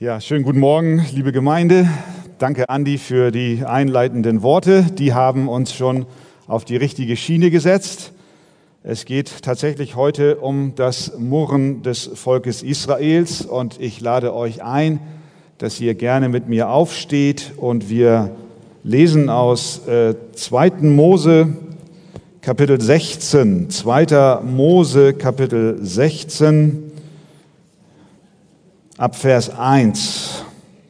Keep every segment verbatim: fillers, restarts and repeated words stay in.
Ja, schönen guten Morgen, liebe Gemeinde. Danke, Andi, für die einleitenden Worte. Die haben uns schon auf die richtige Schiene gesetzt. Es geht tatsächlich heute um das Murren des Volkes Israels und ich lade euch ein, dass ihr gerne mit mir aufsteht und wir lesen aus äh, zweiten Mose Kapitel sechzehn. zweiter Mose Kapitel sechzehn. Ab Vers eins.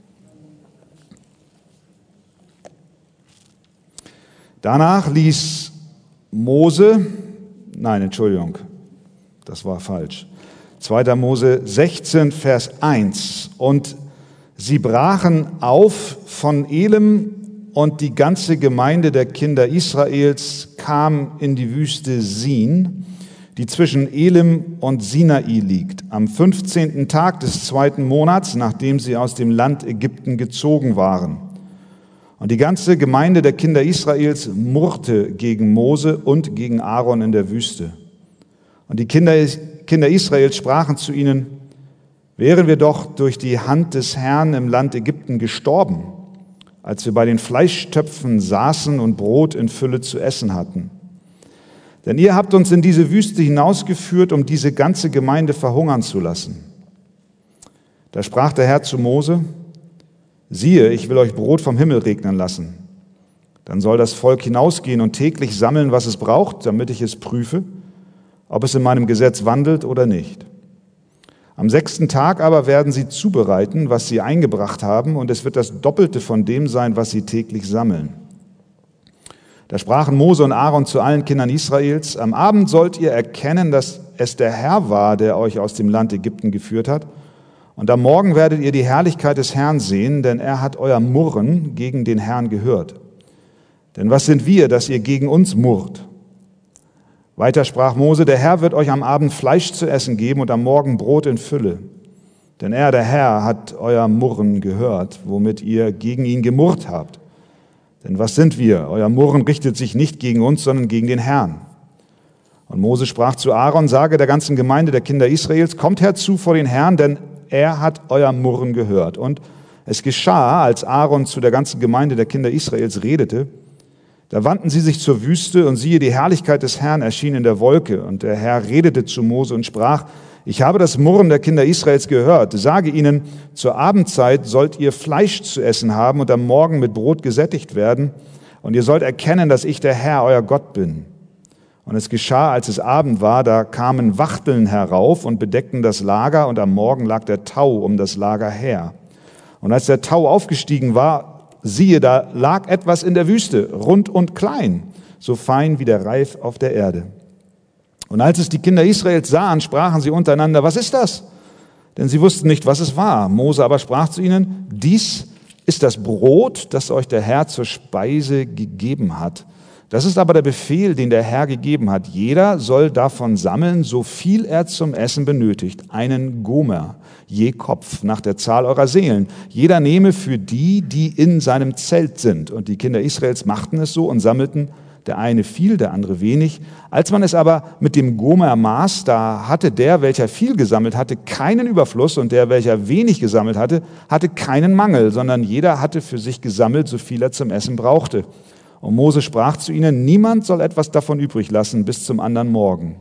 Danach ließ Mose, nein, Entschuldigung, das war falsch. zweiter Mose sechzehn, Vers eins. Und sie brachen auf von Elim und die ganze Gemeinde der Kinder Israels kam in die Wüste Sin, die zwischen Elim und Sinai liegt, am fünfzehnten Tag des zweiten Monats, nachdem sie aus dem Land Ägypten gezogen waren. Und die ganze Gemeinde der Kinder Israels murrte gegen Mose und gegen Aaron in der Wüste. Und die Kinder, Kinder Israels sprachen zu ihnen: Wären wir doch durch die Hand des Herrn im Land Ägypten gestorben, als wir bei den Fleischtöpfen saßen und Brot in Fülle zu essen hatten. Denn ihr habt uns in diese Wüste hinausgeführt, um diese ganze Gemeinde verhungern zu lassen. Da sprach der Herr zu Mose: Siehe, ich will euch Brot vom Himmel regnen lassen. Dann soll das Volk hinausgehen und täglich sammeln, was es braucht, damit ich es prüfe, ob es in meinem Gesetz wandelt oder nicht. Am sechsten Tag aber werden sie zubereiten, was sie eingebracht haben, und es wird das Doppelte von dem sein, was sie täglich sammeln. Da sprachen Mose und Aaron zu allen Kindern Israels: Am Abend sollt ihr erkennen, dass es der Herr war, der euch aus dem Land Ägypten geführt hat. Und am Morgen werdet ihr die Herrlichkeit des Herrn sehen, denn er hat euer Murren gegen den Herrn gehört. Denn was sind wir, dass ihr gegen uns murrt? Weiter sprach Mose: Der Herr wird euch am Abend Fleisch zu essen geben und am Morgen Brot in Fülle. Denn er, der Herr, hat euer Murren gehört, womit ihr gegen ihn gemurrt habt. Denn was sind wir? Euer Murren richtet sich nicht gegen uns, sondern gegen den Herrn. Und Mose sprach zu Aaron: Sage der ganzen Gemeinde der Kinder Israels: Kommt herzu vor den Herrn, denn er hat euer Murren gehört. Und es geschah, als Aaron zu der ganzen Gemeinde der Kinder Israels redete, da wandten sie sich zur Wüste, und siehe, die Herrlichkeit des Herrn erschien in der Wolke. Und der Herr redete zu Mose und sprach: Ich habe das Murren der Kinder Israels gehört. Sage ihnen, zur Abendzeit sollt ihr Fleisch zu essen haben und am Morgen mit Brot gesättigt werden. Und ihr sollt erkennen, dass ich der Herr, euer Gott bin. Und es geschah, als es Abend war, da kamen Wachteln herauf und bedeckten das Lager, und am Morgen lag der Tau um das Lager her. Und als der Tau aufgestiegen war, siehe, da lag etwas in der Wüste, rund und klein, so fein wie der Reif auf der Erde. Und als es die Kinder Israels sahen, sprachen sie untereinander: Was ist das? Denn sie wussten nicht, was es war. Mose aber sprach zu ihnen: Dies ist das Brot, das euch der Herr zur Speise gegeben hat. Das ist aber der Befehl, den der Herr gegeben hat. Jeder soll davon sammeln, so viel er zum Essen benötigt. Einen Gomer, je Kopf, nach der Zahl eurer Seelen. Jeder nehme für die, die in seinem Zelt sind. Und die Kinder Israels machten es so und sammelten, der eine viel, der andere wenig. Als man es aber mit dem Gomer maß, da hatte der, welcher viel gesammelt hatte, keinen Überfluss, und der, welcher wenig gesammelt hatte, hatte keinen Mangel, sondern jeder hatte für sich gesammelt, so viel er zum Essen brauchte. Und Mose sprach zu ihnen: Niemand soll etwas davon übrig lassen bis zum anderen Morgen.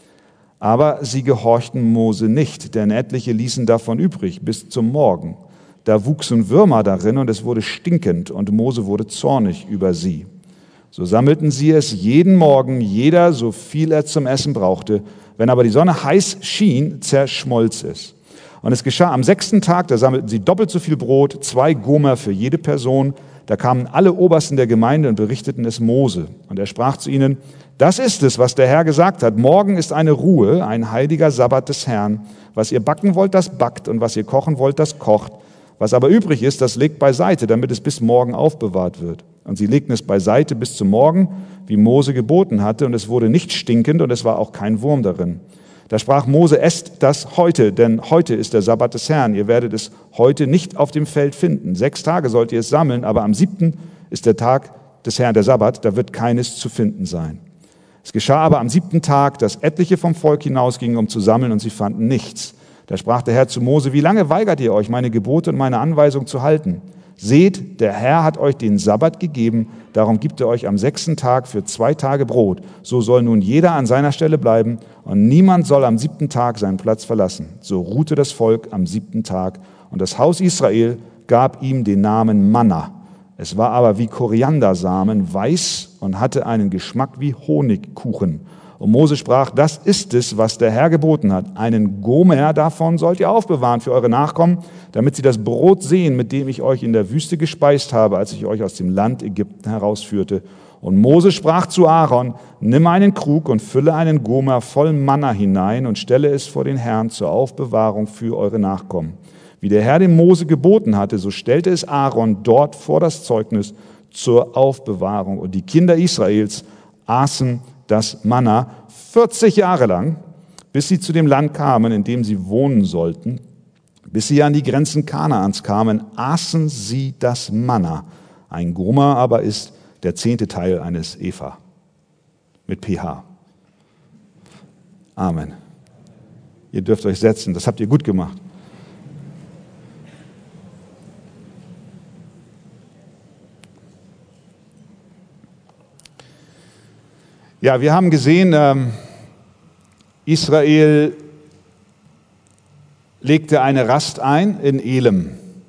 Aber sie gehorchten Mose nicht, denn etliche ließen davon übrig bis zum Morgen. Da wuchsen Würmer darin, und es wurde stinkend, und Mose wurde zornig über sie. So sammelten sie es jeden Morgen, jeder so viel er zum Essen brauchte. Wenn aber die Sonne heiß schien, zerschmolz es. Und es geschah am sechsten Tag, da sammelten sie doppelt so viel Brot, zwei Gomer für jede Person. Da kamen alle Obersten der Gemeinde und berichteten es Mose. Und er sprach zu ihnen: Das ist es, was der Herr gesagt hat. Morgen ist eine Ruhe, ein heiliger Sabbat des Herrn. Was ihr backen wollt, das backt, und was ihr kochen wollt, das kocht. Was aber übrig ist, das legt beiseite, damit es bis morgen aufbewahrt wird. Und sie legten es beiseite bis zum Morgen, wie Mose geboten hatte, und es wurde nicht stinkend, und es war auch kein Wurm darin. Da sprach Mose: Esst das heute, denn heute ist der Sabbat des Herrn. Ihr werdet es heute nicht auf dem Feld finden. Sechs Tage sollt ihr es sammeln, aber am siebten ist der Tag des Herrn, der Sabbat, da wird keines zu finden sein. Es geschah aber am siebten Tag, dass etliche vom Volk hinausgingen, um zu sammeln, und sie fanden nichts. Da sprach der Herr zu Mose: Wie lange weigert ihr euch, meine Gebote und meine Anweisung zu halten? Seht, der Herr hat euch den Sabbat gegeben, darum gibt er euch am sechsten Tag für zwei Tage Brot. So soll nun jeder an seiner Stelle bleiben und niemand soll am siebten Tag seinen Platz verlassen. So ruhte das Volk am siebten Tag und das Haus Israel gab ihm den Namen Manna. Es war aber wie Koriandersamen, weiß und hatte einen Geschmack wie Honigkuchen. Und Mose sprach: Das ist es, was der Herr geboten hat. Einen Gomer davon sollt ihr aufbewahren für eure Nachkommen, damit sie das Brot sehen, mit dem ich euch in der Wüste gespeist habe, als ich euch aus dem Land Ägypten herausführte. Und Mose sprach zu Aaron: Nimm einen Krug und fülle einen Gomer voll Manna hinein und stelle es vor den Herrn zur Aufbewahrung für eure Nachkommen. Wie der Herr dem Mose geboten hatte, so stellte es Aaron dort vor das Zeugnis zur Aufbewahrung. Und die Kinder Israels aßen das Manna vierzig Jahre lang, bis sie zu dem Land kamen, in dem sie wohnen sollten. Bis sie an die Grenzen Kanaans kamen, aßen sie das Manna. Ein Gomer aber ist der zehnte Teil eines Epha mit pH. Amen. Ihr dürft euch setzen, das habt ihr gut gemacht. Ja, wir haben gesehen, ähm, Israel legte eine Rast ein in Elim.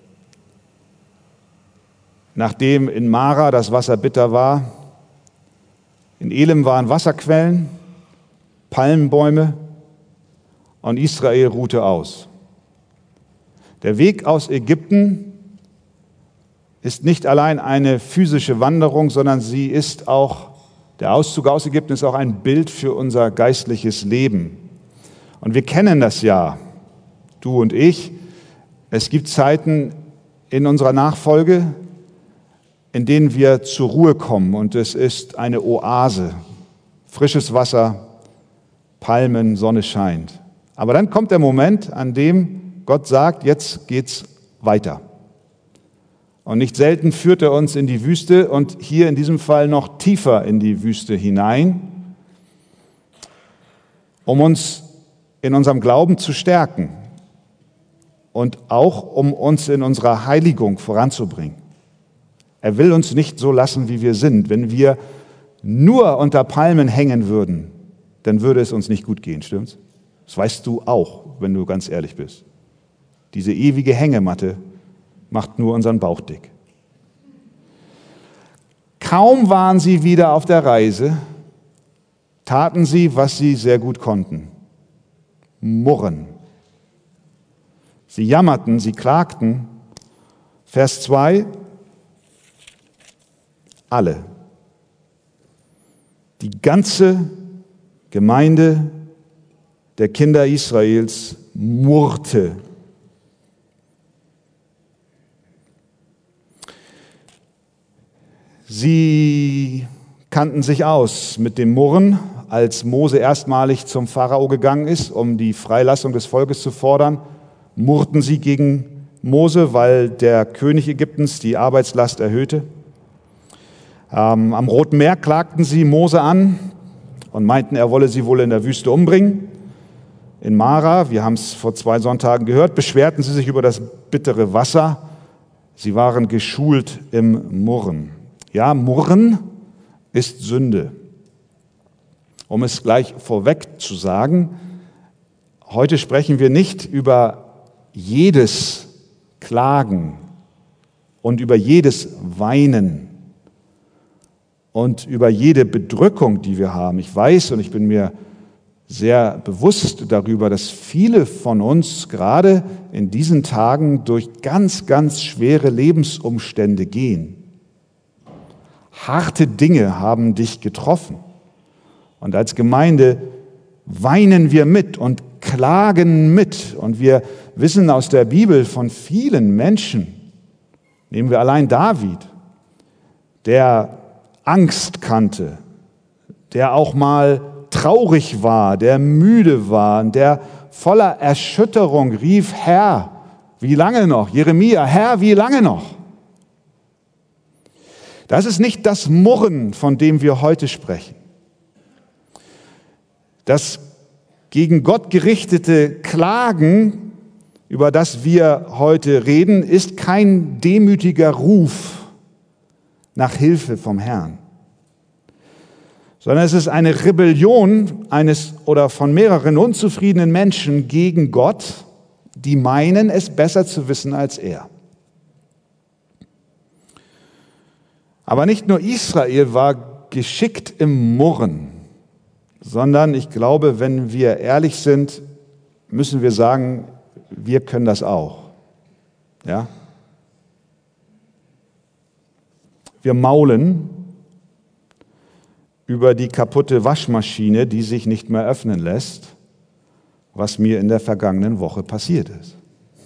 Nachdem in Mara das Wasser bitter war, in Elim waren Wasserquellen, Palmenbäume und Israel ruhte aus. Der Weg aus Ägypten ist nicht allein eine physische Wanderung, sondern sie ist auch Der Auszug aus Ägypten ist auch ein Bild für unser geistliches Leben. Und wir kennen das ja, du und ich. Es gibt Zeiten in unserer Nachfolge, in denen wir zur Ruhe kommen. Und es ist eine Oase. Frisches Wasser, Palmen, Sonne scheint. Aber dann kommt der Moment, an dem Gott sagt, jetzt geht's weiter. Und nicht selten führt er uns in die Wüste und hier in diesem Fall noch tiefer in die Wüste hinein, um uns in unserem Glauben zu stärken und auch um uns in unserer Heiligung voranzubringen. Er will uns nicht so lassen, wie wir sind. Wenn wir nur unter Palmen hängen würden, dann würde es uns nicht gut gehen, stimmt's? Das weißt du auch, wenn du ganz ehrlich bist. Diese ewige Hängematte macht nur unseren Bauch dick. Kaum waren sie wieder auf der Reise, taten sie, was sie sehr gut konnten: Murren. Sie jammerten, sie klagten. Vers zwei, alle. Die ganze Gemeinde der Kinder Israels murrte. Sie kannten sich aus mit dem Murren, als Mose erstmalig zum Pharao gegangen ist, um die Freilassung des Volkes zu fordern. Murrten sie gegen Mose, weil der König Ägyptens die Arbeitslast erhöhte. Ähm, am Roten Meer klagten sie Mose an und meinten, er wolle sie wohl in der Wüste umbringen. In Mara, wir haben es vor zwei Sonntagen gehört, beschwerten sie sich über das bittere Wasser. Sie waren geschult im Murren. Ja, Murren ist Sünde. Um es gleich vorweg zu sagen, heute sprechen wir nicht über jedes Klagen und über jedes Weinen und über jede Bedrückung, die wir haben. Ich weiß und ich bin mir sehr bewusst darüber, dass viele von uns gerade in diesen Tagen durch ganz, ganz schwere Lebensumstände gehen. Harte Dinge haben dich getroffen. Und als Gemeinde weinen wir mit und klagen mit. Und wir wissen aus der Bibel von vielen Menschen, nehmen wir allein David, der Angst kannte, der auch mal traurig war, der müde war, der voller Erschütterung rief: Herr, wie lange noch? Jeremia, Herr, wie lange noch? Das ist nicht das Murren, von dem wir heute sprechen. Das gegen Gott gerichtete Klagen, über das wir heute reden, ist kein demütiger Ruf nach Hilfe vom Herrn, sondern es ist eine Rebellion eines oder von mehreren unzufriedenen Menschen gegen Gott, die meinen, es besser zu wissen als er. Aber nicht nur Israel war geschickt im Murren, sondern ich glaube, wenn wir ehrlich sind, müssen wir sagen, wir können das auch. Ja? Wir maulen über die kaputte Waschmaschine, die sich nicht mehr öffnen lässt, was mir in der vergangenen Woche passiert ist.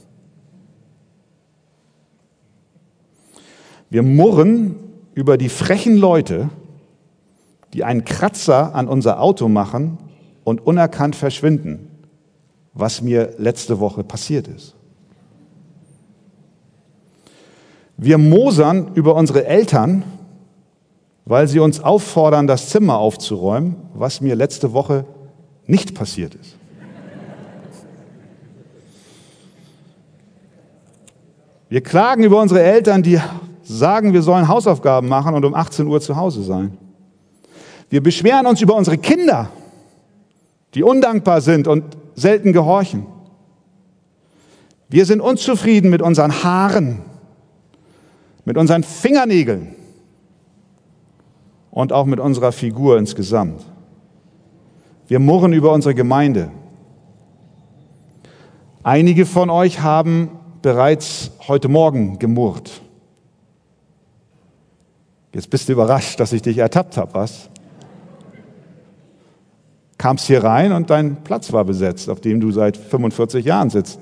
Wir murren über die frechen Leute, die einen Kratzer an unser Auto machen und unerkannt verschwinden, was mir letzte Woche passiert ist. Wir mosern über unsere Eltern, weil sie uns auffordern, das Zimmer aufzuräumen, was mir letzte Woche nicht passiert ist. Wir klagen über unsere Eltern, die sagen, wir sollen Hausaufgaben machen und um achtzehn Uhr zu Hause sein. Wir beschweren uns über unsere Kinder, die undankbar sind und selten gehorchen. Wir sind unzufrieden mit unseren Haaren, mit unseren Fingernägeln und auch mit unserer Figur insgesamt. Wir murren über unsere Gemeinde. Einige von euch haben bereits heute Morgen gemurrt. Jetzt bist du überrascht, dass ich dich ertappt habe, was? Kamst hier rein und dein Platz war besetzt, auf dem du seit fünfundvierzig Jahren sitzt.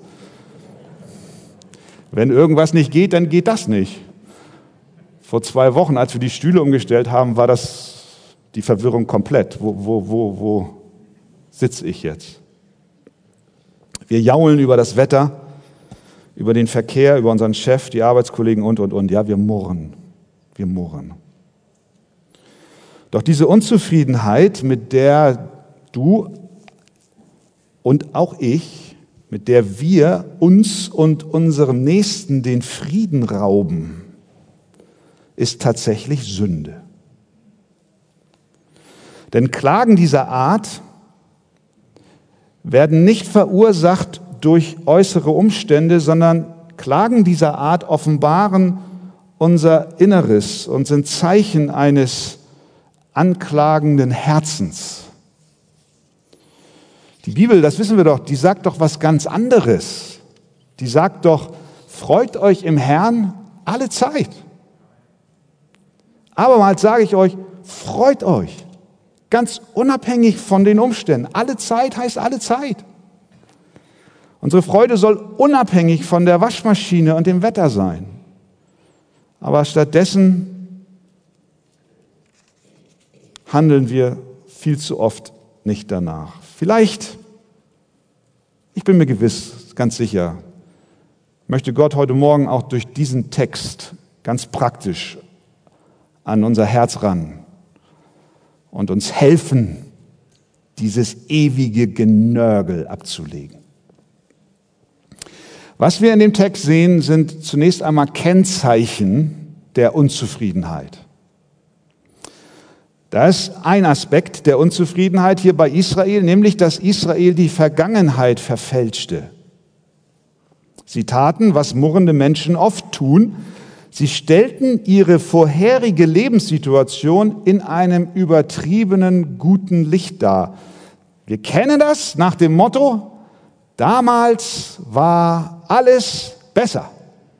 Wenn irgendwas nicht geht, dann geht das nicht. Vor zwei Wochen, als wir die Stühle umgestellt haben, war das die Verwirrung komplett. Wo, wo, wo, wo sitze ich jetzt? Wir jaulen über das Wetter, über den Verkehr, über unseren Chef, die Arbeitskollegen und, und, und. Ja, wir murren. Wir murren. Doch diese Unzufriedenheit, mit der du und auch ich, mit der wir uns und unserem Nächsten den Frieden rauben, ist tatsächlich Sünde. Denn Klagen dieser Art werden nicht verursacht durch äußere Umstände, sondern Klagen dieser Art offenbaren unser Inneres und sind Zeichen eines anklagenden Herzens. Die Bibel, das wissen wir doch, die sagt doch was ganz anderes. Die sagt doch, freut euch im Herrn alle Zeit. Abermals sage ich euch, freut euch, ganz unabhängig von den Umständen. Alle Zeit heißt alle Zeit. Unsere Freude soll unabhängig von der Waschmaschine und dem Wetter sein. Aber stattdessen handeln wir viel zu oft nicht danach. Vielleicht, ich bin mir gewiss, ganz sicher, möchte Gott heute Morgen auch durch diesen Text ganz praktisch an unser Herz ran und uns helfen, dieses ewige Genörgel abzulegen. Was wir in dem Text sehen, sind zunächst einmal Kennzeichen der Unzufriedenheit. Da ist ein Aspekt der Unzufriedenheit hier bei Israel, nämlich, dass Israel die Vergangenheit verfälschte. Sie taten, was murrende Menschen oft tun. Sie stellten ihre vorherige Lebenssituation in einem übertriebenen guten Licht dar. Wir kennen das nach dem Motto, damals war alles besser.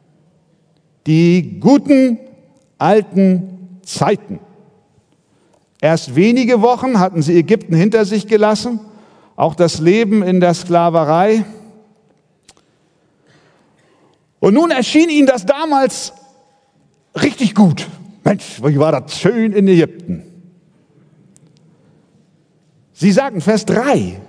Die guten alten Zeiten. Erst wenige Wochen hatten sie Ägypten hinter sich gelassen, auch das Leben in der Sklaverei. Und nun erschien ihnen das damals richtig gut. Mensch, wie war das schön in Ägypten. Sie sagen, Vers drei,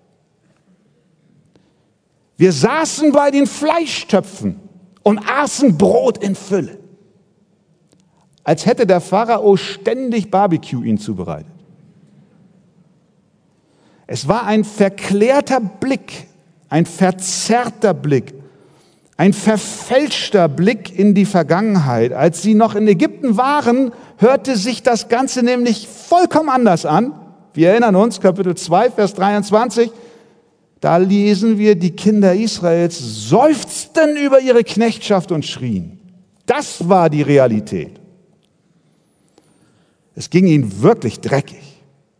wir saßen bei den Fleischtöpfen und aßen Brot in Fülle. Als hätte der Pharao ständig Barbecue ihnen zubereitet. Es war ein verklärter Blick, ein verzerrter Blick, ein verfälschter Blick in die Vergangenheit. Als sie noch in Ägypten waren, hörte sich das Ganze nämlich vollkommen anders an. Wir erinnern uns, Kapitel zwei, Vers dreiundzwanzig, da lesen wir, die Kinder Israels seufzten über ihre Knechtschaft und schrien. Das war die Realität. Es ging ihnen wirklich dreckig.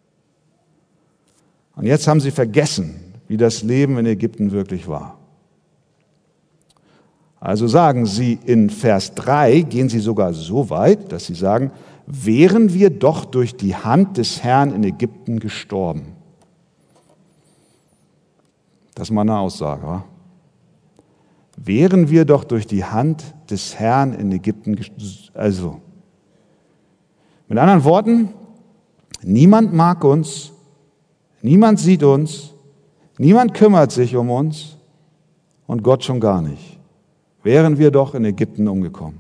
Und jetzt haben sie vergessen, wie das Leben in Ägypten wirklich war. Also sagen sie in Vers drei, gehen sie sogar so weit, dass sie sagen, wären wir doch durch die Hand des Herrn in Ägypten gestorben. Das ist mal eine Aussage, wa? Wären wir doch durch die Hand des Herrn in Ägypten gestorben. Also, mit anderen Worten, niemand mag uns, niemand sieht uns, niemand kümmert sich um uns und Gott schon gar nicht. Wären wir doch in Ägypten umgekommen.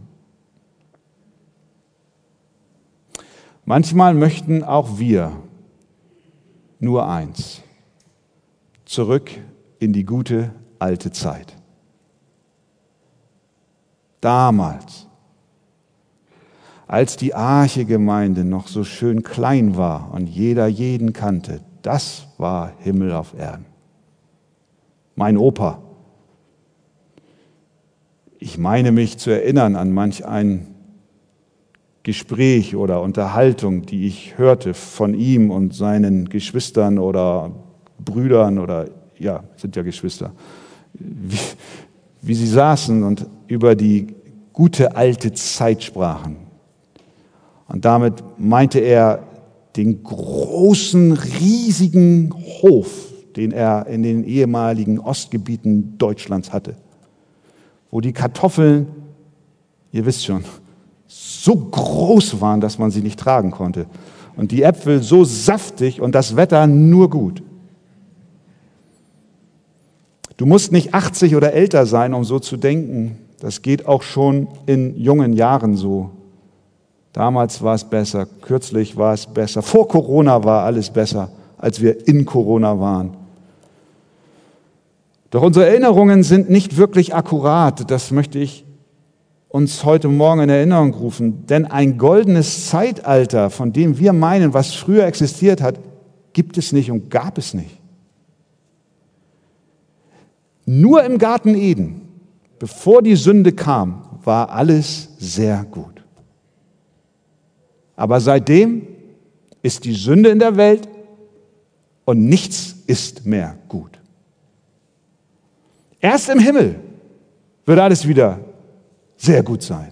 Manchmal möchten auch wir nur eins: zurück in die gute alte Zeit. Damals, als die Arche-Gemeinde noch so schön klein war und jeder jeden kannte, das war Himmel auf Erden. Mein Opa. Ich meine mich zu erinnern an manch ein Gespräch oder Unterhaltung, die ich hörte von ihm und seinen Geschwistern oder Brüdern oder, ja, sind ja Geschwister, wie, wie sie saßen und über die gute alte Zeit sprachen. Und damit meinte er den großen, riesigen Hof, den er in den ehemaligen Ostgebieten Deutschlands hatte, wo die Kartoffeln, ihr wisst schon, so groß waren, dass man sie nicht tragen konnte. Und die Äpfel so saftig und das Wetter nur gut. Du musst nicht achtzig oder älter sein, um so zu denken. Das geht auch schon in jungen Jahren so. Damals war es besser, kürzlich war es besser. Vor Corona war alles besser, als wir in Corona waren. Doch unsere Erinnerungen sind nicht wirklich akkurat. Das möchte ich uns heute Morgen in Erinnerung rufen. Denn ein goldenes Zeitalter, von dem wir meinen, was früher existiert hat, gibt es nicht und gab es nicht. Nur im Garten Eden, bevor die Sünde kam, war alles sehr gut. Aber seitdem ist die Sünde in der Welt und nichts ist mehr gut. Erst im Himmel wird alles wieder sehr gut sein.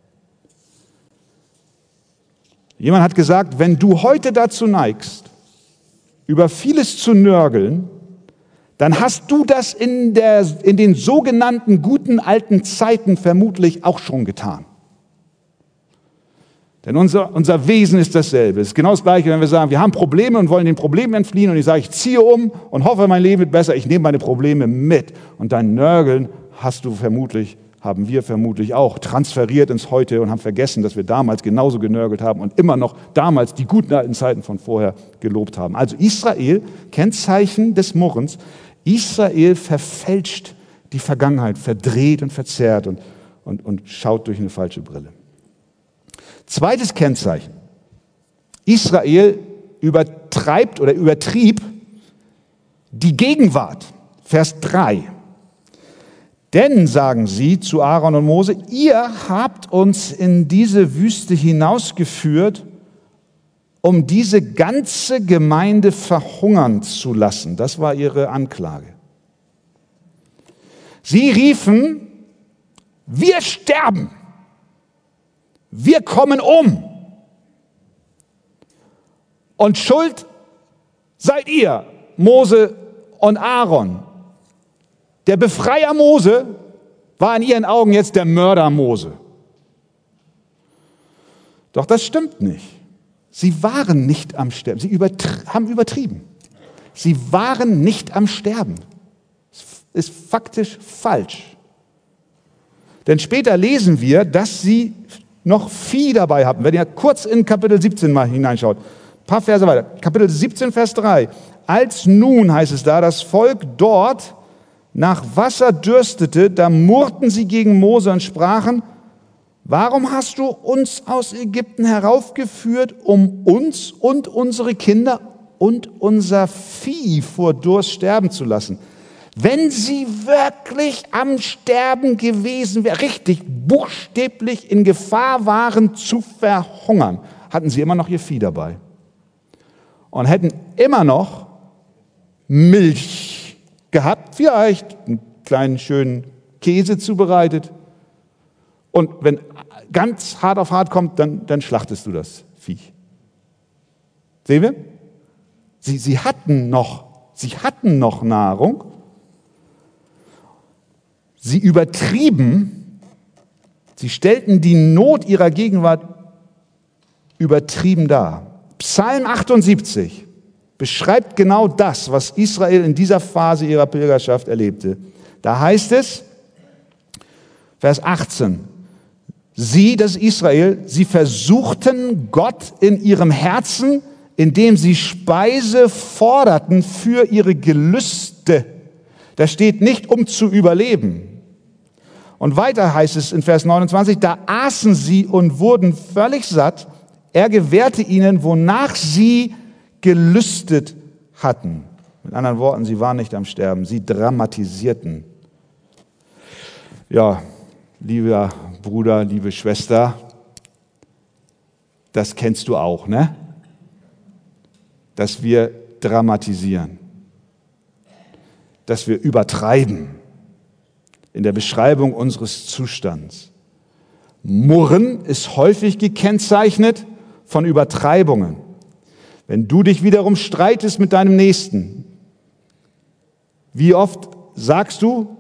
Jemand hat gesagt, wenn du heute dazu neigst, über vieles zu nörgeln, dann hast du das in, der, in den sogenannten guten alten Zeiten vermutlich auch schon getan. Denn unser, unser Wesen ist dasselbe. Es ist genau das Gleiche, wenn wir sagen, wir haben Probleme und wollen den Problemen entfliehen und ich sage, ich ziehe um und hoffe, mein Leben wird besser, ich nehme meine Probleme mit. Und dein Nörgeln hast du vermutlich, haben wir vermutlich auch transferiert ins Heute und haben vergessen, dass wir damals genauso genörgelt haben und immer noch damals die guten alten Zeiten von vorher gelobt haben. Also Israel, Kennzeichen des Murrens, Israel verfälscht die Vergangenheit, verdreht und verzerrt und, und, und schaut durch eine falsche Brille. Zweites Kennzeichen. Israel übertreibt oder übertrieb die Gegenwart. Vers drei. Denn, sagen sie zu Aaron und Mose, ihr habt uns in diese Wüste hinausgeführt, um diese ganze Gemeinde verhungern zu lassen. Das war ihre Anklage. Sie riefen, wir sterben. Wir kommen um. Und schuld seid ihr, Mose und Aaron. Der Befreier Mose war in ihren Augen jetzt der Mörder Mose. Doch das stimmt nicht. Sie waren nicht am Sterben. Sie übertrie- haben übertrieben. Sie waren nicht am Sterben. Das ist faktisch falsch. Denn später lesen wir, dass sie noch Vieh dabei hatten. Wenn ihr kurz in Kapitel siebzehn mal hineinschaut, ein paar Verse weiter. Kapitel siebzehn, Vers drei. als nun, heißt es da, das Volk dort nach Wasser dürstete, da murrten sie gegen Mose und sprachen, warum hast du uns aus Ägypten heraufgeführt, um uns und unsere Kinder und unser Vieh vor Durst sterben zu lassen? Wenn sie wirklich am Sterben gewesen wären, richtig buchstäblich in Gefahr waren zu verhungern, hatten sie immer noch ihr Vieh dabei und hätten immer noch Milch gehabt, vielleicht einen kleinen schönen Käse zubereitet. Und wenn ganz hart auf hart kommt, dann, dann schlachtest du das Viech. Sehen wir? Sie, sie hatten noch, sie hatten noch Nahrung. Sie übertrieben, sie stellten die Not ihrer Gegenwart übertrieben dar. Psalm achtundsiebzig beschreibt genau das, was Israel in dieser Phase ihrer Pilgerschaft erlebte. Da heißt es, Vers achtzehn, sie, das Israel, sie versuchten Gott in ihrem Herzen, indem sie Speise forderten für ihre Gelüste. Da steht nicht, um zu überleben. Und weiter heißt es in Vers neunundzwanzig, da aßen sie und wurden völlig satt. Er gewährte ihnen, wonach sie gelüstet hatten. Mit anderen Worten, sie waren nicht am Sterben, sie dramatisierten. Ja, lieber Bruder, liebe Schwester, das kennst du auch, ne? Dass wir dramatisieren, dass wir übertreiben in der Beschreibung unseres Zustands. Murren ist häufig gekennzeichnet von Übertreibungen. Wenn du dich wiederum streitest mit deinem Nächsten, wie oft sagst du,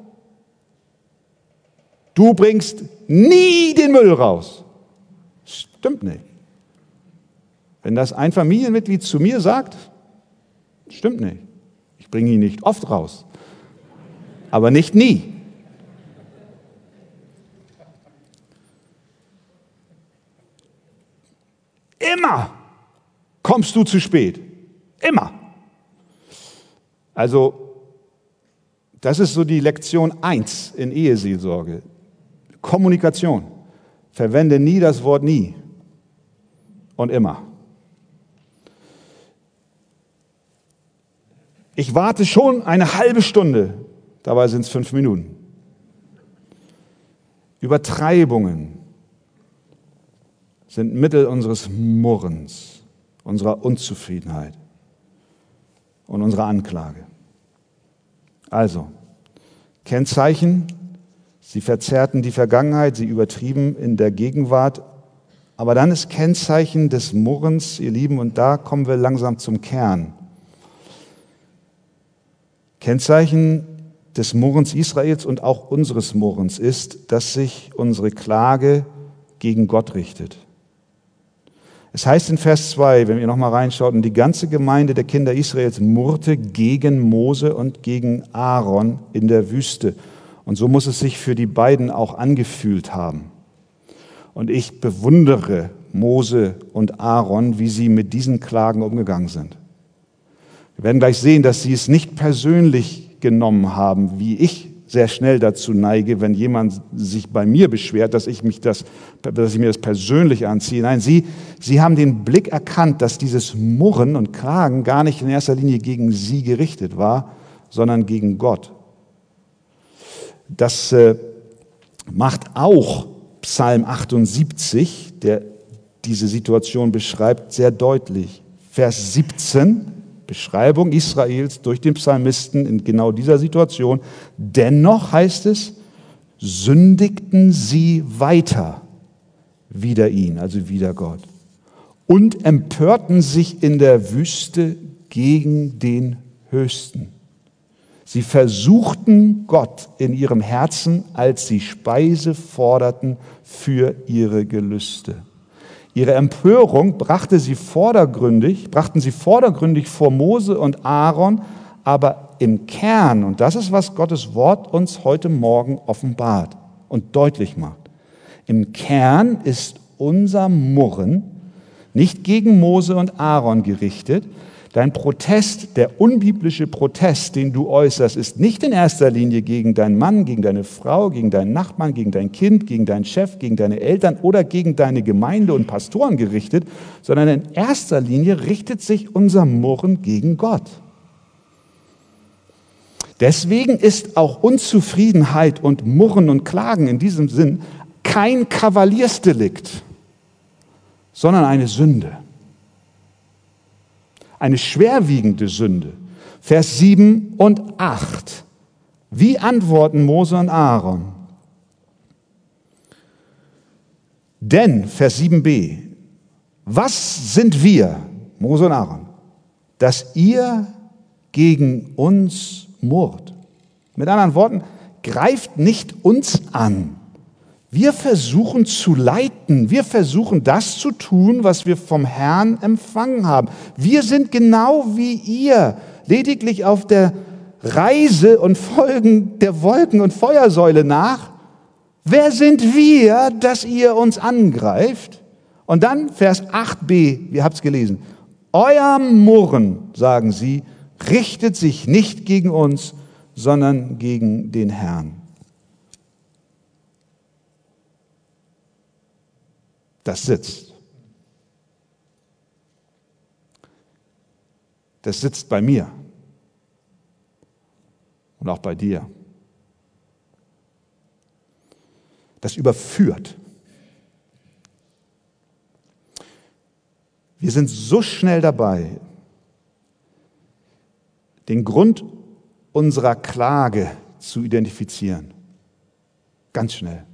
du bringst nie den Müll raus? Stimmt nicht. Wenn das ein Familienmitglied zu mir sagt, stimmt nicht. Ich bringe ihn nicht oft raus, aber nicht nie. Immer kommst du zu spät. Immer. Also, das ist so die Lektion eins in Eheseelsorge. Kommunikation. Verwende nie das Wort nie und immer. Ich warte schon eine halbe Stunde, dabei sind es fünf Minuten. Übertreibungen sind Mittel unseres Murrens, unserer Unzufriedenheit und unserer Anklage. Also, Kennzeichen, sie verzerrten die Vergangenheit, sie übertrieben in der Gegenwart, aber dann ist Kennzeichen des Murrens, ihr Lieben, und da kommen wir langsam zum Kern. Kennzeichen des Murrens Israels und auch unseres Murrens ist, dass sich unsere Klage gegen Gott richtet. Es heißt in Vers zwei, wenn ihr nochmal reinschaut, und die ganze Gemeinde der Kinder Israels murrte gegen Mose und gegen Aaron in der Wüste. Und so muss es sich für die beiden auch angefühlt haben. Und ich bewundere Mose und Aaron, wie sie mit diesen Klagen umgegangen sind. Wir werden gleich sehen, dass sie es nicht persönlich genommen haben, wie ich sehr schnell dazu neige, wenn jemand sich bei mir beschwert, dass ich, mich das, dass ich mir das persönlich anziehe. Nein, sie, sie haben den Blick erkannt, dass dieses Murren und Klagen gar nicht in erster Linie gegen sie gerichtet war, sondern gegen Gott. Das äh, macht auch Psalm achtundsiebzig, der diese Situation beschreibt, sehr deutlich. Vers siebzehn, Beschreibung Israels durch den Psalmisten in genau dieser Situation. Dennoch heißt es, sündigten sie weiter wider ihn, also wider Gott, und empörten sich in der Wüste gegen den Höchsten. Sie versuchten Gott in ihrem Herzen, als sie Speise forderten für ihre Gelüste. Ihre Empörung brachte sie vordergründig, brachten sie vordergründig vor Mose und Aaron, aber im Kern, und das ist, was Gottes Wort uns heute Morgen offenbart und deutlich macht, im Kern ist unser Murren nicht gegen Mose und Aaron gerichtet, Dein Protest, der unbiblische Protest, den du äußerst, ist nicht in erster Linie gegen deinen Mann, gegen deine Frau, gegen deinen Nachbarn, gegen dein Kind, gegen deinen Chef, gegen deine Eltern oder gegen deine Gemeinde und Pastoren gerichtet, sondern in erster Linie richtet sich unser Murren gegen Gott. Deswegen ist auch Unzufriedenheit und Murren und Klagen in diesem Sinn kein Kavaliersdelikt, sondern eine Sünde. Eine schwerwiegende Sünde. Vers sieben und acht. Wie antworten Mose und Aaron? Denn, Vers sieben b, was sind wir, Mose und Aaron, dass ihr gegen uns murrt? Mit anderen Worten, greift nicht uns an. Wir versuchen zu leiten, wir versuchen das zu tun, was wir vom Herrn empfangen haben. Wir sind genau wie ihr, lediglich auf der Reise und folgen der Wolken- und Feuersäule nach. Wer sind wir, dass ihr uns angreift? Und dann Vers acht b, ihr habt es gelesen. Euer Murren, sagen sie, richtet sich nicht gegen uns, sondern gegen den Herrn. Das sitzt. Das sitzt bei mir und auch bei dir. Das überführt. Wir sind so schnell dabei, den Grund unserer Klage zu identifizieren. Ganz schnell.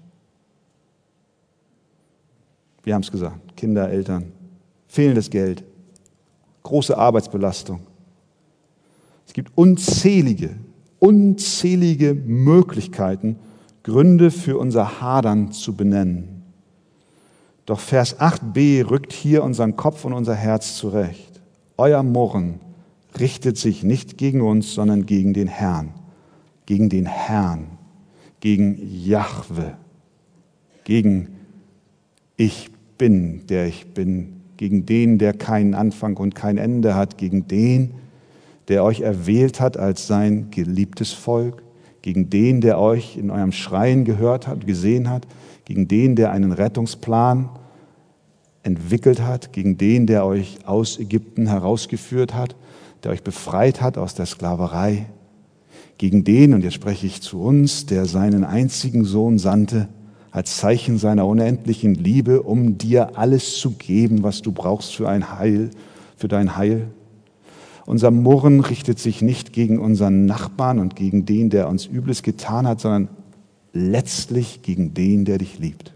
Wir haben es gesagt, Kinder, Eltern, fehlendes Geld, große Arbeitsbelastung. Es gibt unzählige, unzählige Möglichkeiten, Gründe für unser Hadern zu benennen. Doch Vers acht b rückt hier unseren Kopf und unser Herz zurecht. Euer Murren richtet sich nicht gegen uns, sondern gegen den Herrn, gegen den Herrn, gegen Jahwe, gegen Ich bin, der ich bin, gegen den, der keinen Anfang und kein Ende hat, gegen den, der euch erwählt hat als sein geliebtes Volk, gegen den, der euch in eurem Schreien gehört hat, gesehen hat, gegen den, der einen Rettungsplan entwickelt hat, gegen den, der euch aus Ägypten herausgeführt hat, der euch befreit hat aus der Sklaverei, gegen den, und jetzt spreche ich zu uns, der seinen einzigen Sohn sandte, als Zeichen seiner unendlichen Liebe, um dir alles zu geben, was du brauchst für ein Heil, für dein Heil. Unser Murren richtet sich nicht gegen unseren Nachbarn und gegen den, der uns Übles getan hat, sondern letztlich gegen den, der dich liebt.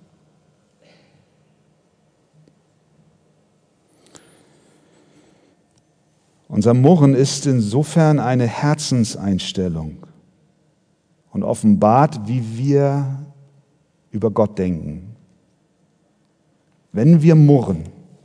Unser Murren ist insofern eine Herzenseinstellung und offenbart, wie wir über Gott denken. Wenn wir murren,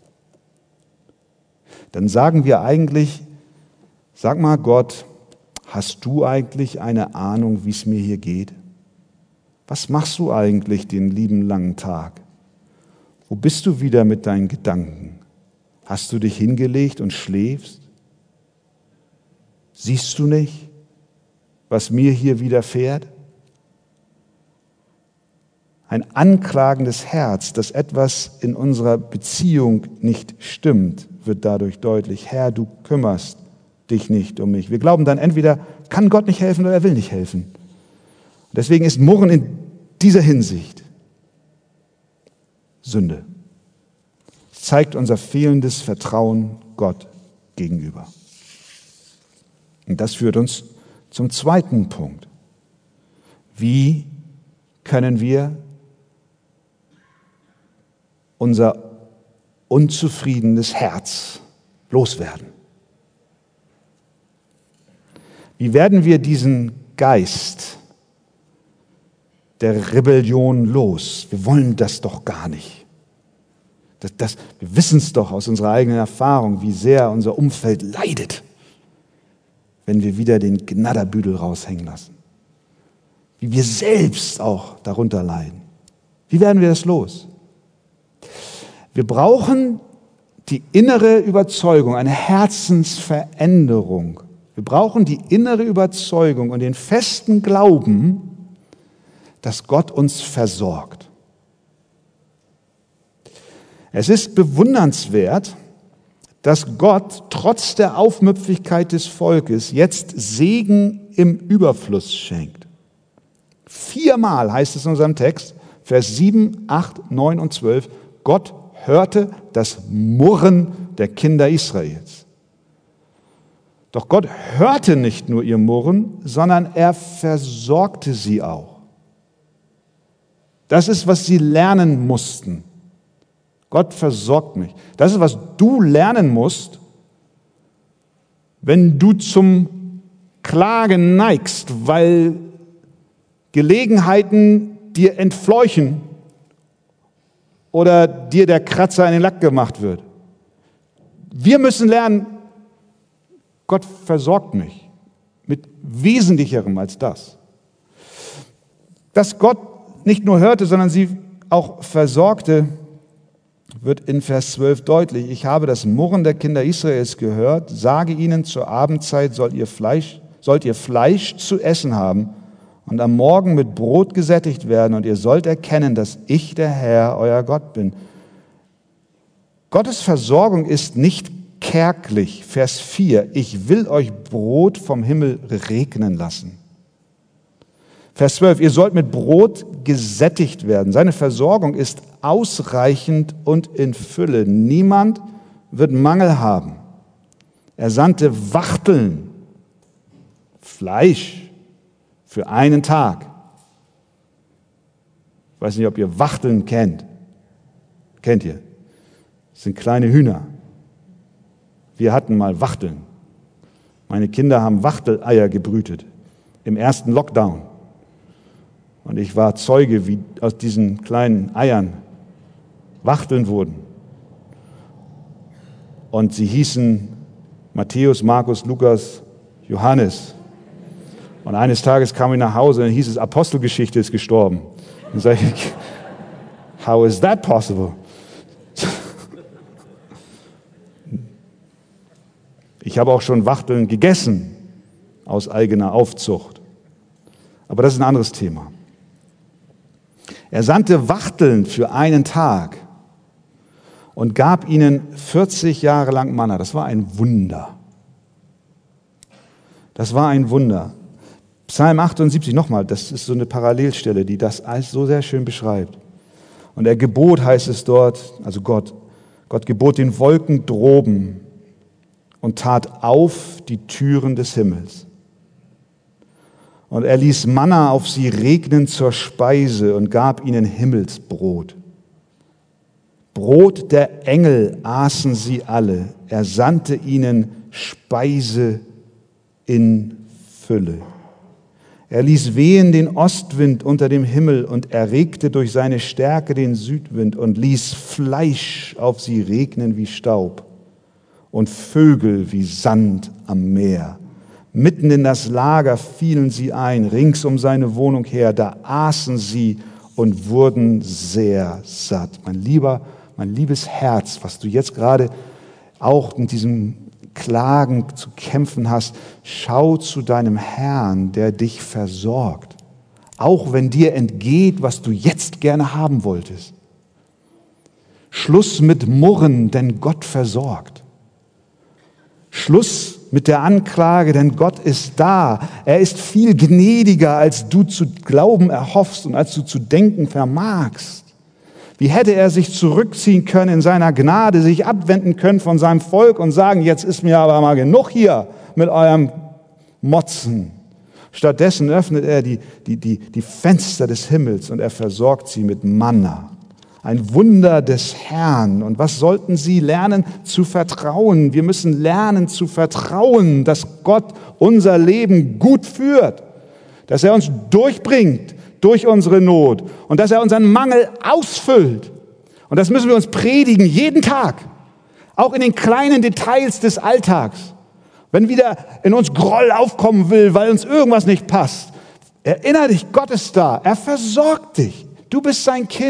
dann sagen wir eigentlich, sag mal Gott, hast du eigentlich eine Ahnung, wie es mir hier geht? Was machst du eigentlich den lieben langen Tag? Wo bist du wieder mit deinen Gedanken? Hast du dich hingelegt und schläfst? Siehst du nicht, was mir hier widerfährt? Ein anklagendes Herz, dass etwas in unserer Beziehung nicht stimmt, wird dadurch deutlich. Herr, du kümmerst dich nicht um mich. Wir glauben dann entweder, kann Gott nicht helfen oder er will nicht helfen. Deswegen ist Murren in dieser Hinsicht Sünde. Es zeigt unser fehlendes Vertrauen Gott gegenüber. Und das führt uns zum zweiten Punkt. Wie können wir unser unzufriedenes Herz loswerden? Wie werden wir diesen Geist der Rebellion los? Wir wollen das doch gar nicht. Das, das, wir wissen es doch aus unserer eigenen Erfahrung, wie sehr unser Umfeld leidet, wenn wir wieder den Gnadderbüdel raushängen lassen. Wie wir selbst auch darunter leiden. Wie werden wir das los? Wir brauchen die innere Überzeugung, eine Herzensveränderung. Wir brauchen die innere Überzeugung und den festen Glauben, dass Gott uns versorgt. Es ist bewundernswert, dass Gott trotz der Aufmüpfigkeit des Volkes jetzt Segen im Überfluss schenkt. Viermal heißt es in unserem Text, Vers sieben, acht, neun und zwölf, Gott hörte das Murren der Kinder Israels. Doch Gott hörte nicht nur ihr Murren, sondern er versorgte sie auch. Das ist, was sie lernen mussten. Gott versorgt mich. Das ist, was du lernen musst, wenn du zum Klagen neigst, weil Gelegenheiten dir entfleuchen oder dir der Kratzer in den Lack gemacht wird. Wir müssen lernen, Gott versorgt mich mit Wesentlicherem als das. Dass Gott nicht nur hörte, sondern sie auch versorgte, wird in Vers zwölf deutlich. Ich habe das Murren der Kinder Israels gehört, sage ihnen, zur Abendzeit sollt ihr Fleisch, sollt ihr Fleisch zu essen haben und am Morgen mit Brot gesättigt werden und ihr sollt erkennen, dass ich der Herr, euer Gott bin. Gottes Versorgung ist nicht kärglich. Vers vier, ich will euch Brot vom Himmel regnen lassen. Vers zwölf, ihr sollt mit Brot gesättigt werden. Seine Versorgung ist ausreichend und in Fülle. Niemand wird Mangel haben. Er sandte Wachteln, Fleisch für einen Tag. Ich weiß nicht, ob ihr Wachteln kennt. Kennt ihr? Das sind kleine Hühner. Wir hatten mal Wachteln. Meine Kinder haben Wachteleier gebrütet im ersten Lockdown. Und ich war Zeuge, wie aus diesen kleinen Eiern Wachteln wurden. Und sie hießen Matthäus, Markus, Lukas, Johannes. Und eines Tages kam ich nach Hause und dann hieß es, Apostelgeschichte ist gestorben. Und dann sage ich, how is that possible? Ich habe auch schon Wachteln gegessen aus eigener Aufzucht. Aber das ist ein anderes Thema. Er sandte Wachteln für einen Tag und gab ihnen vierzig Jahre lang Manna. Das war ein Wunder. Das war ein Wunder. Psalm achtundsiebzig, nochmal, das ist so eine Parallelstelle, die das alles so sehr schön beschreibt. Und er gebot, heißt es dort, also Gott, Gott gebot den Wolken droben und tat auf die Türen des Himmels. Und er ließ Manna auf sie regnen zur Speise und gab ihnen Himmelsbrot. Brot der Engel aßen sie alle. Er sandte ihnen Speise in Fülle. Er ließ wehen den Ostwind unter dem Himmel und erregte durch seine Stärke den Südwind und ließ Fleisch auf sie regnen wie Staub und Vögel wie Sand am Meer. Mitten in das Lager fielen sie ein, rings um seine Wohnung her, da aßen sie und wurden sehr satt. Mein lieber, mein liebes Herz, was du jetzt gerade auch mit diesem Klagen zu kämpfen hast, schau zu deinem Herrn, der dich versorgt. Auch wenn dir entgeht, was du jetzt gerne haben wolltest. Schluss mit Murren, denn Gott versorgt. Schluss mit der Anklage, denn Gott ist da. Er ist viel gnädiger, als du zu glauben erhoffst und als du zu denken vermagst. Wie hätte er sich zurückziehen können in seiner Gnade, sich abwenden können von seinem Volk und sagen, jetzt ist mir aber mal genug hier mit eurem Motzen. Stattdessen öffnet er die, die, die, die Fenster des Himmels und er versorgt sie mit Manna. Ein Wunder des Herrn. Und was sollten sie lernen? Zu vertrauen. Wir müssen lernen zu vertrauen, dass Gott unser Leben gut führt, dass er uns durchbringt durch unsere Not und dass er unseren Mangel ausfüllt. Und das müssen wir uns predigen, jeden Tag, auch in den kleinen Details des Alltags. Wenn wieder in uns Groll aufkommen will, weil uns irgendwas nicht passt, erinnere dich, Gott ist da, er versorgt dich, du bist sein Kind.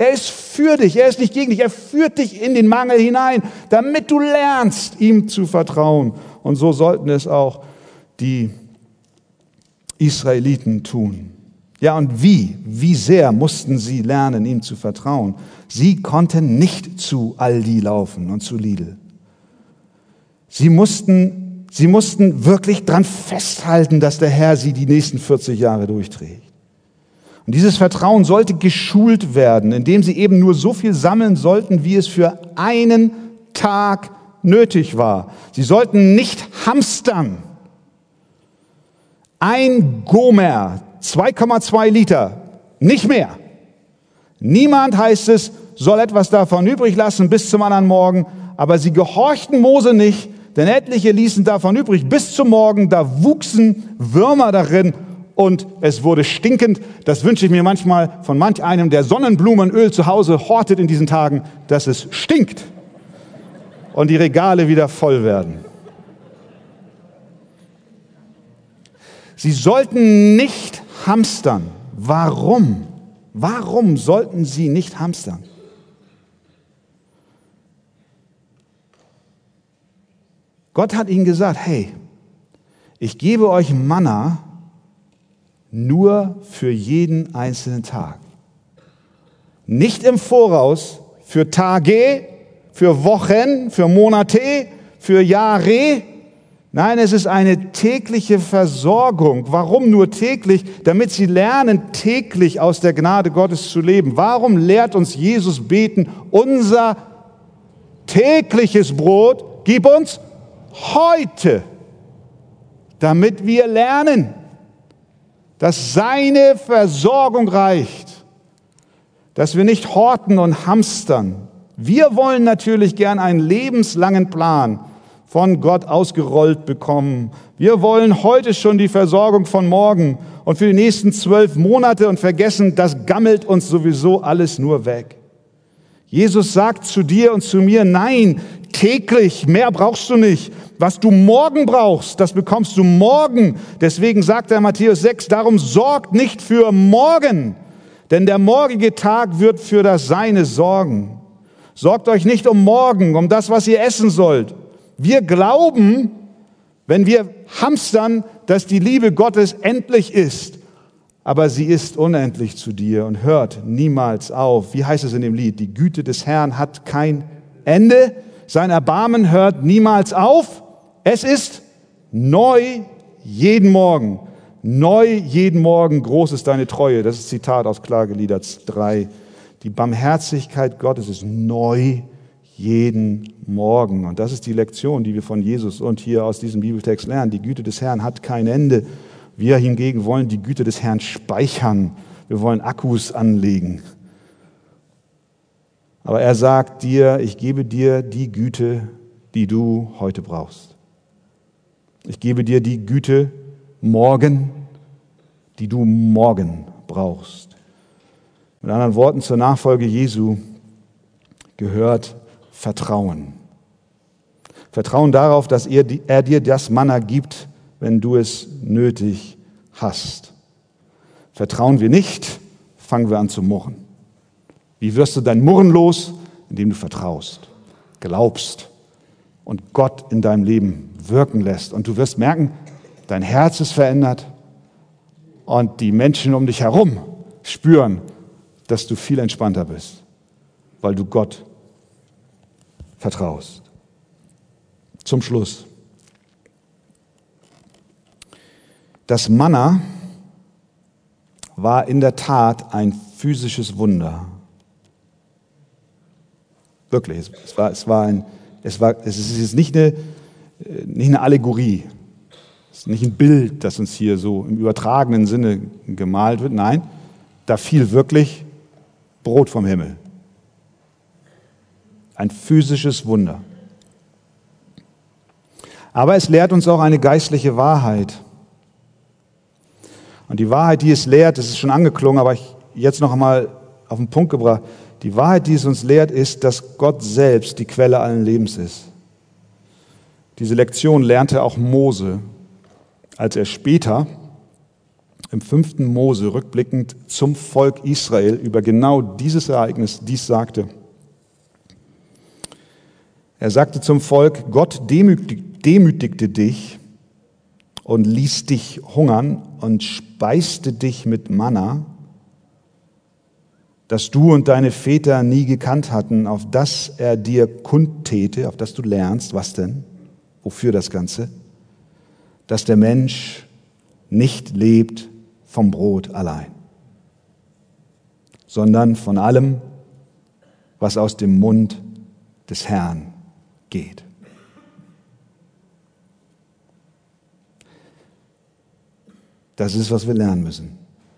Er ist für dich, er ist nicht gegen dich, er führt dich in den Mangel hinein, damit du lernst, ihm zu vertrauen. Und so sollten es auch die Israeliten tun. Ja, und wie, wie sehr mussten sie lernen, ihm zu vertrauen? Sie konnten nicht zu Aldi laufen und zu Lidl. Sie mussten, sie mussten wirklich dran festhalten, dass der Herr sie die nächsten vierzig Jahre durchträgt. Und dieses Vertrauen sollte geschult werden, indem sie eben nur so viel sammeln sollten, wie es für einen Tag nötig war. Sie sollten nicht hamstern. Ein Gomer, zwei Komma zwei Liter, nicht mehr. Niemand, heißt es, soll etwas davon übrig lassen bis zum anderen Morgen, aber sie gehorchten Mose nicht, denn etliche ließen davon übrig bis zum Morgen, da wuchsen Würmer darin und es wurde stinkend. Das wünsche ich mir manchmal von manch einem, der Sonnenblumenöl zu Hause hortet in diesen Tagen, dass es stinkt und die Regale wieder voll werden. Sie sollten nicht hamstern. Warum? Warum sollten sie nicht hamstern? Gott hat ihnen gesagt, hey, ich gebe euch Manna nur für jeden einzelnen Tag. Nicht im Voraus für Tage, für Wochen, für Monate, für Jahre. Nein, es ist eine tägliche Versorgung. Warum nur täglich? Damit sie lernen, täglich aus der Gnade Gottes zu leben. Warum lehrt uns Jesus beten, unser tägliches Brot gib uns heute, damit wir lernen, dass seine Versorgung reicht, dass wir nicht horten und hamstern. Wir wollen natürlich gern einen lebenslangen Plan von Gott ausgerollt bekommen. Wir wollen heute schon die Versorgung von morgen und für die nächsten zwölf Monate und vergessen, das gammelt uns sowieso alles nur weg. Jesus sagt zu dir und zu mir, nein, täglich, mehr brauchst du nicht. Was du morgen brauchst, das bekommst du morgen. Deswegen sagt er in Matthäus sechs, darum sorgt nicht für morgen, denn der morgige Tag wird für das Seine sorgen. Sorgt euch nicht um morgen, um das, was ihr essen sollt. Wir glauben, wenn wir hamstern, dass die Liebe Gottes endlich ist. Aber sie ist unendlich zu dir und hört niemals auf. Wie heißt es in dem Lied? Die Güte des Herrn hat kein Ende. Sein Erbarmen hört niemals auf. Es ist neu jeden Morgen. Neu jeden Morgen, groß ist deine Treue. Das ist Zitat aus Klagelieder drei. Die Barmherzigkeit Gottes ist neu jeden Morgen. Und das ist die Lektion, die wir von Jesus und hier aus diesem Bibeltext lernen. Die Güte des Herrn hat kein Ende. Wir hingegen wollen die Güte des Herrn speichern. Wir wollen Akkus anlegen. Aber er sagt dir, ich gebe dir die Güte, die du heute brauchst. Ich gebe dir die Güte morgen, die du morgen brauchst. Mit anderen Worten, zur Nachfolge Jesu gehört Vertrauen. Vertrauen darauf, dass er, er dir das Manna gibt, wenn du es nötig hast. Vertrauen wir nicht, fangen wir an zu murren. Wie wirst du dein Murren los? Indem du vertraust, glaubst und Gott in deinem Leben wirken lässt. Und du wirst merken, dein Herz ist verändert und die Menschen um dich herum spüren, dass du viel entspannter bist, weil du Gott vertraust. Zum Schluss. Das Manna war in der Tat ein physisches Wunder. Wirklich, es war, es war ein, es war, es ist jetzt nicht eine, nicht eine Allegorie. Es ist nicht ein Bild, das uns hier so im übertragenen Sinne gemalt wird. Nein, da fiel wirklich Brot vom Himmel. Ein physisches Wunder. Aber es lehrt uns auch eine geistliche Wahrheit. Und die Wahrheit, die es lehrt, das ist schon angeklungen, aber ich jetzt noch einmal auf den Punkt gebracht. Die Wahrheit, die es uns lehrt, ist, dass Gott selbst die Quelle allen Lebens ist. Diese Lektion lernte auch Mose, als er später im fünften Mose rückblickend zum Volk Israel über genau dieses Ereignis dies sagte. Er sagte zum Volk, Gott demütig, demütigte dich und ließ dich hungern und speiste dich mit Manna, das du und deine Väter nie gekannt hatten, auf das er dir kundtäte, auf das du lernst. Was denn? Wofür das Ganze? Dass der Mensch nicht lebt vom Brot allein, sondern von allem, was aus dem Mund des Herrn geht. Das ist, was wir lernen müssen.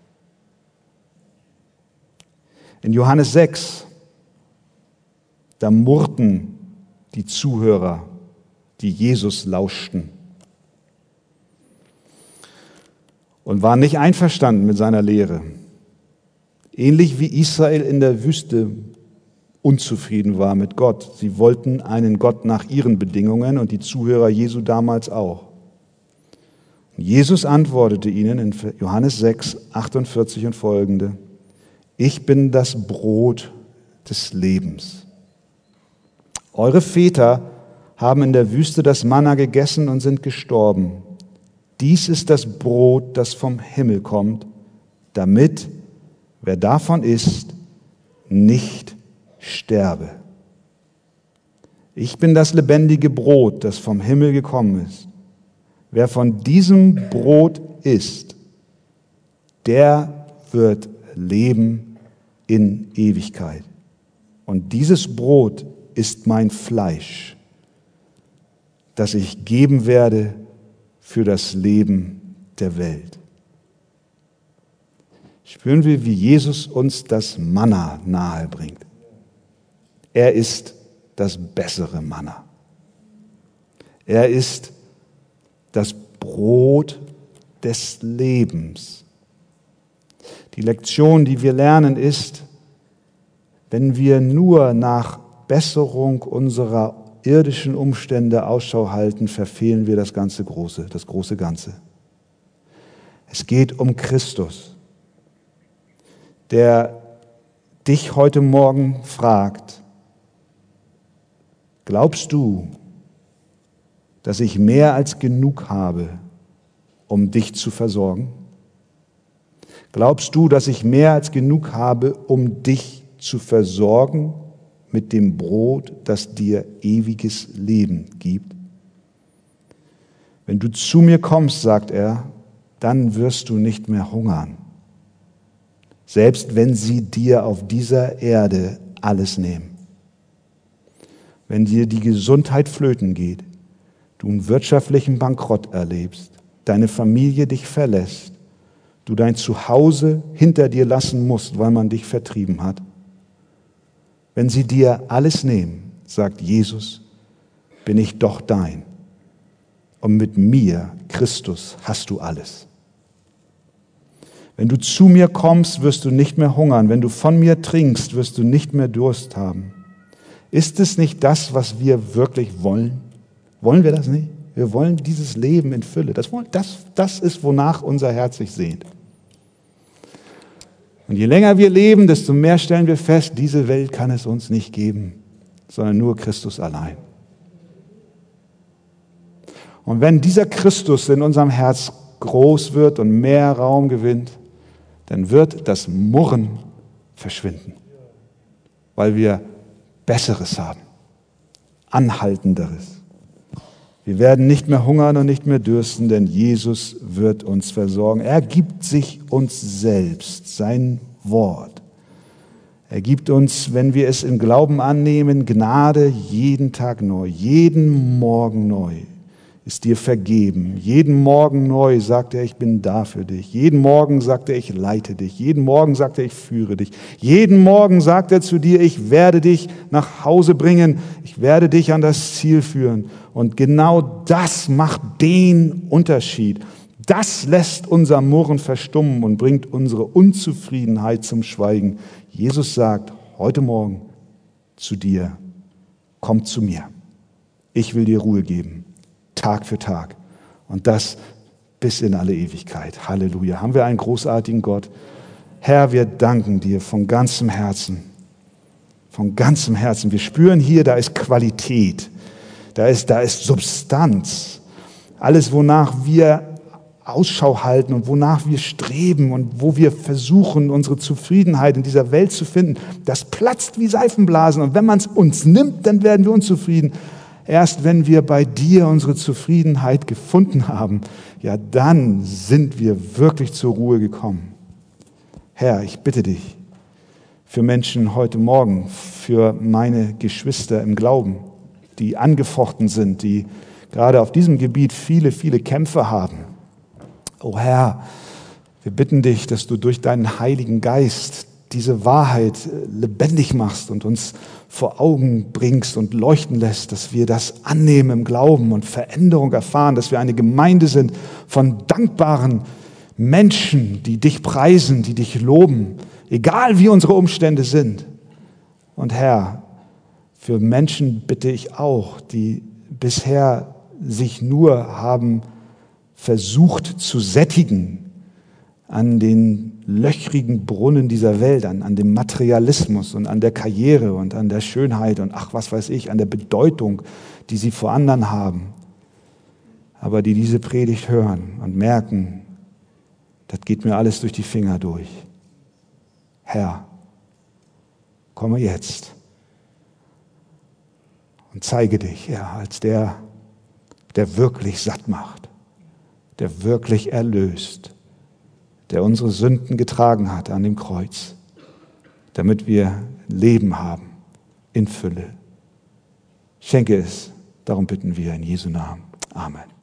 In Johannes sechs, da murrten die Zuhörer, die Jesus lauschten und waren nicht einverstanden mit seiner Lehre. Ähnlich wie Israel in der Wüste unzufrieden war mit Gott. Sie wollten einen Gott nach ihren Bedingungen und die Zuhörer Jesu damals auch. Jesus antwortete ihnen in Johannes sechs, achtundvierzig und folgende: Ich bin das Brot des Lebens. Eure Väter haben in der Wüste das Manna gegessen und sind gestorben. Dies ist das Brot, das vom Himmel kommt, damit, wer davon isst, nicht sterbe. Ich bin das lebendige Brot, das vom Himmel gekommen ist. Wer von diesem Brot isst, der wird leben in Ewigkeit. Und dieses Brot ist mein Fleisch, das ich geben werde für das Leben der Welt. Spüren wir, wie Jesus uns das Manna nahe bringt. Er ist das bessere Manna. Er ist das Brot des Lebens. Die Lektion, die wir lernen, ist, wenn wir nur nach Besserung unserer irdischen Umstände Ausschau halten, verfehlen wir das ganze Große, das große Ganze. Es geht um Christus, der dich heute Morgen fragt: Glaubst du, dass ich mehr als genug habe, um dich zu versorgen? Glaubst du, dass ich mehr als genug habe, um dich zu versorgen mit dem Brot, das dir ewiges Leben gibt? Wenn du zu mir kommst, sagt er, dann wirst du nicht mehr hungern, selbst wenn sie dir auf dieser Erde alles nehmen. Wenn dir die Gesundheit flöten geht, du einen wirtschaftlichen Bankrott erlebst, deine Familie dich verlässt, du dein Zuhause hinter dir lassen musst, weil man dich vertrieben hat. Wenn sie dir alles nehmen, sagt Jesus, bin ich doch dein. Und mit mir, Christus, hast du alles. Wenn du zu mir kommst, wirst du nicht mehr hungern. Wenn du von mir trinkst, wirst du nicht mehr Durst haben. Ist es nicht das, was wir wirklich wollen? Wollen wir das nicht? Wir wollen dieses Leben in Fülle. Das, das, das ist, wonach unser Herz sich sehnt. Und je länger wir leben, desto mehr stellen wir fest, diese Welt kann es uns nicht geben, sondern nur Christus allein. Und wenn dieser Christus in unserem Herz groß wird und mehr Raum gewinnt, dann wird das Murren verschwinden, weil wir Besseres haben, Anhaltenderes. Wir werden nicht mehr hungern und nicht mehr dürsten, denn Jesus wird uns versorgen. Er gibt sich uns selbst, sein Wort. Er gibt uns, wenn wir es im Glauben annehmen, Gnade jeden Tag neu, jeden Morgen neu. Ist dir vergeben. Jeden Morgen neu sagt er, ich bin da für dich. Jeden Morgen sagt er, ich leite dich. Jeden Morgen sagt er, ich führe dich. Jeden Morgen sagt er zu dir, ich werde dich nach Hause bringen. Ich werde dich an das Ziel führen. Und genau das macht den Unterschied. Das lässt unser Murren verstummen und bringt unsere Unzufriedenheit zum Schweigen. Jesus sagt heute Morgen zu dir, komm zu mir. Ich will dir Ruhe geben. Tag für Tag. Und das bis in alle Ewigkeit. Halleluja. Haben wir einen großartigen Gott? Herr, wir danken dir von ganzem Herzen. Von ganzem Herzen. Wir spüren hier, da ist Qualität. Da ist, da ist Substanz. Alles, wonach wir Ausschau halten und wonach wir streben und wo wir versuchen, unsere Zufriedenheit in dieser Welt zu finden, das platzt wie Seifenblasen. Und wenn man es uns nimmt, dann werden wir unzufrieden. Erst wenn wir bei dir unsere Zufriedenheit gefunden haben, ja, dann sind wir wirklich zur Ruhe gekommen. Herr, ich bitte dich für Menschen heute Morgen, für meine Geschwister im Glauben, die angefochten sind, die gerade auf diesem Gebiet viele, viele Kämpfe haben. Oh Herr, wir bitten dich, dass du durch deinen Heiligen Geist diese Wahrheit lebendig machst und uns vor Augen bringst und leuchten lässt, dass wir das annehmen im Glauben und Veränderung erfahren, dass wir eine Gemeinde sind von dankbaren Menschen, die dich preisen, die dich loben, egal wie unsere Umstände sind. Und Herr, für Menschen bitte ich auch, die bisher sich nur haben versucht zu sättigen an den löchrigen Brunnen dieser Welt, an, an dem Materialismus und an der Karriere und an der Schönheit und ach, was weiß ich, an der Bedeutung, die sie vor anderen haben. Aber die diese Predigt hören und merken, das geht mir alles durch die Finger durch. Herr, komme jetzt und zeige dich, Herr, als der, der wirklich satt macht, der wirklich erlöst, der unsere Sünden getragen hat an dem Kreuz, damit wir Leben haben in Fülle. Schenke es, darum bitten wir in Jesu Namen. Amen.